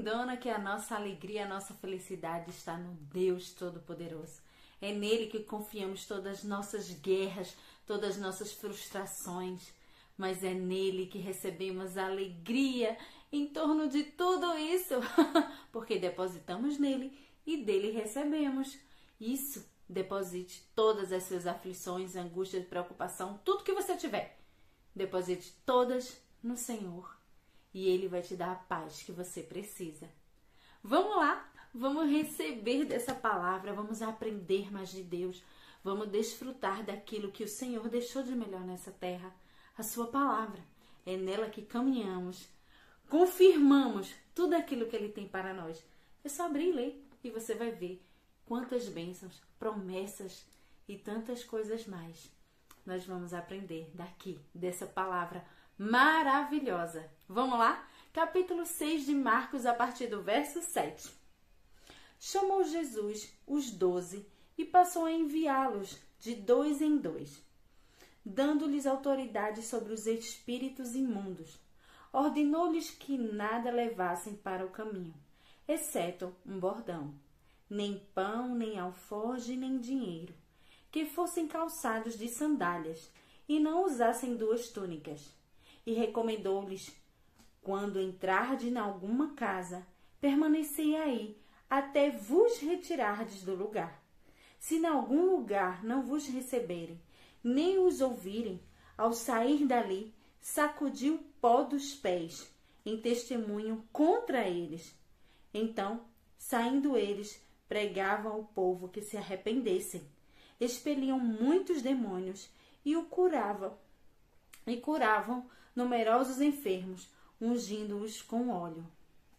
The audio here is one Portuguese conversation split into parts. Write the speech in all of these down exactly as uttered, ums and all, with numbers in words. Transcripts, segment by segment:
entendendo que a nossa alegria, a nossa felicidade está no Deus Todo-Poderoso. É nele que confiamos todas as nossas guerras, todas as nossas frustrações, mas é nele que recebemos alegria em torno de tudo isso, porque depositamos nele e dele recebemos. Isso, deposite todas as suas aflições, angústias, preocupação, tudo que você tiver. Deposite todas no Senhor e Ele vai te dar a paz que você precisa. Vamos lá, vamos receber dessa palavra, vamos aprender mais de Deus, vamos desfrutar daquilo que o Senhor deixou de melhor nessa terra, a sua palavra. É nela que caminhamos, confirmamos tudo aquilo que Ele tem para nós. É só abrir e ler e você vai ver quantas bênçãos, promessas e tantas coisas mais nós vamos aprender daqui, dessa palavra maravilhosa. Vamos lá? Capítulo seis de Marcos, a partir do verso sete. Chamou Jesus os doze e passou a enviá-los de dois em dois, dando-lhes autoridade sobre os espíritos imundos. Ordenou-lhes que nada levassem para o caminho, exceto um bordão, nem pão, nem alforje, nem dinheiro, que fossem calçados de sandálias e não usassem duas túnicas. E recomendou-lhes, quando entrardes em alguma casa, permanecei aí até vos retirardes do lugar. Se em algum lugar não vos receberem, nem os ouvirem, ao sair dali, sacudi o pó dos pés, em testemunho contra eles. Então, saindo eles, pregavam ao povo que se arrependessem, expeliam muitos demônios e o curavam, e curavam numerosos enfermos, ungindo-os com óleo.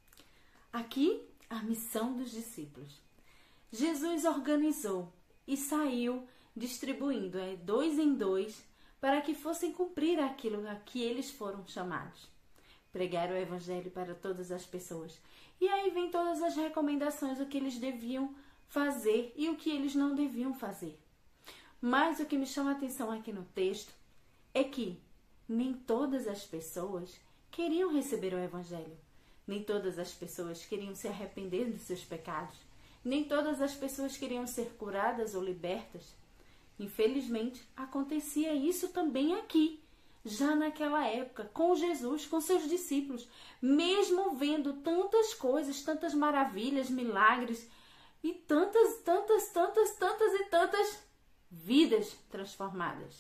Aqui, a missão dos discípulos. Jesus organizou e saiu distribuindo é, dois em dois para que fossem cumprir aquilo a que eles foram chamados. Pregar o evangelho para todas as pessoas. E aí vem todas as recomendações, o que eles deviam fazer e o que eles não deviam fazer. Mas o que me chama a atenção aqui no texto é que nem todas as pessoas queriam receber o evangelho. Nem todas as pessoas queriam se arrepender dos seus pecados. Nem todas as pessoas queriam ser curadas ou libertas. Infelizmente, acontecia isso também aqui, já naquela época, com Jesus, com seus discípulos. Mesmo vendo tantas coisas, tantas maravilhas, milagres e tantas, tantas, tantas, tantas e tantas vidas transformadas.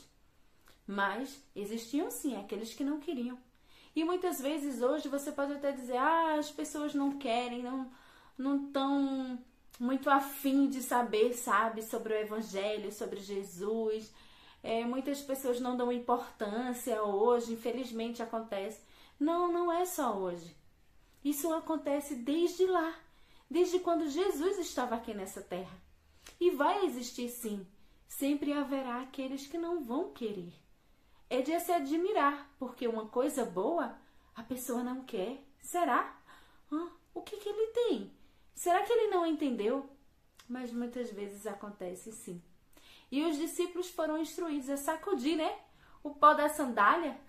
Mas existiam sim aqueles que não queriam. E muitas vezes hoje você pode até dizer, ah, as pessoas não querem, não não estão muito afim de saber, sabe, sobre o evangelho, sobre Jesus. É, muitas pessoas não dão importância hoje, infelizmente acontece. Não, não é só hoje. Isso acontece desde lá, desde quando Jesus estava aqui nessa terra. E vai existir sim. Sempre haverá aqueles que não vão querer. É de se admirar, porque uma coisa boa a pessoa não quer. Será? Ah, o que, que ele tem? Será que ele não entendeu? Mas muitas vezes acontece sim. E os discípulos foram instruídos a sacudir, né? O pó da sandália.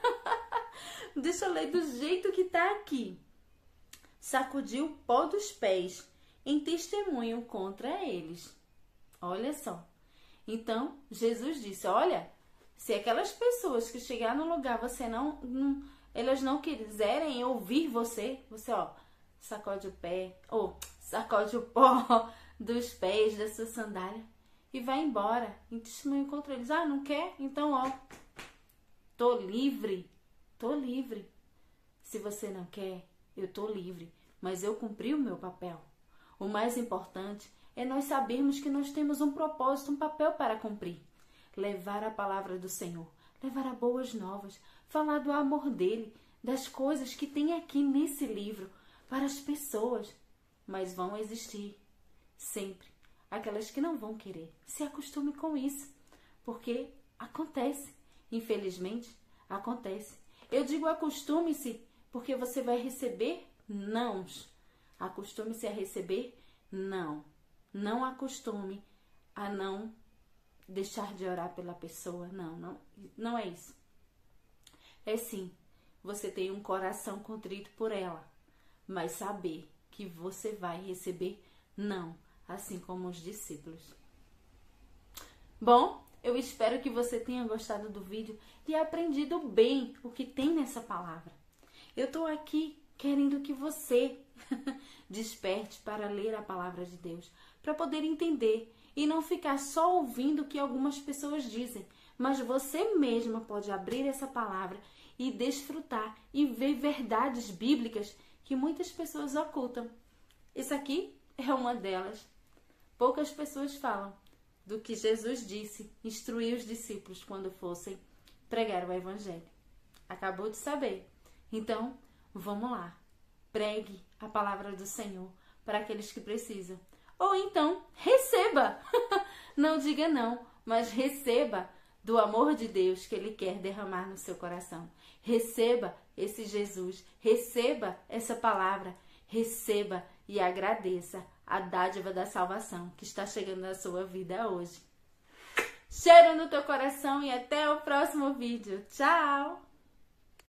Deixa eu ler do jeito que está aqui. Sacudiu o pó dos pés em testemunho contra eles. Olha só. Então, Jesus disse, olha, se aquelas pessoas que chegar no lugar, você não, não elas não quiserem ouvir você, você, ó, sacode o pé, ou sacode o pó dos pés da sua sandália e vai embora, em testemunho contra eles. Ah, não quer? Então, ó, tô livre, tô livre. Se você não quer, eu tô livre, mas eu cumpri o meu papel. O mais importante é nós sabermos que nós temos um propósito, um papel para cumprir. Levar a palavra do Senhor, levar a boas novas, falar do amor dele, das coisas que tem aqui nesse livro para as pessoas. Mas vão existir sempre aquelas que não vão querer. Se acostume com isso, porque acontece, infelizmente acontece. Eu digo acostume-se porque você vai receber nãos. Acostume-se a receber não. Não acostume a não deixar de orar pela pessoa. Não, não, não é isso. É sim, você tem um coração contrito por ela, mas saber que você vai receber não, assim como os discípulos. Bom, eu espero que você tenha gostado do vídeo e aprendido bem o que tem nessa palavra. Eu estou aqui querendo que você desperte para ler a palavra de Deus, para poder entender e não ficar só ouvindo o que algumas pessoas dizem, mas você mesma pode abrir essa palavra e desfrutar e ver verdades bíblicas que muitas pessoas ocultam. Isso aqui é uma delas. Poucas pessoas falam do que Jesus disse, instruir os discípulos quando fossem pregar o Evangelho. Acabou de saber. Então, vamos lá. Pregue a palavra do Senhor para aqueles que precisam. Ou então, receba. Não diga não, mas receba do amor de Deus que Ele quer derramar no seu coração. Receba esse Jesus. Receba essa palavra. Receba e agradeça a dádiva da salvação que está chegando na sua vida hoje. Cheiro no teu coração e até o próximo vídeo. Tchau!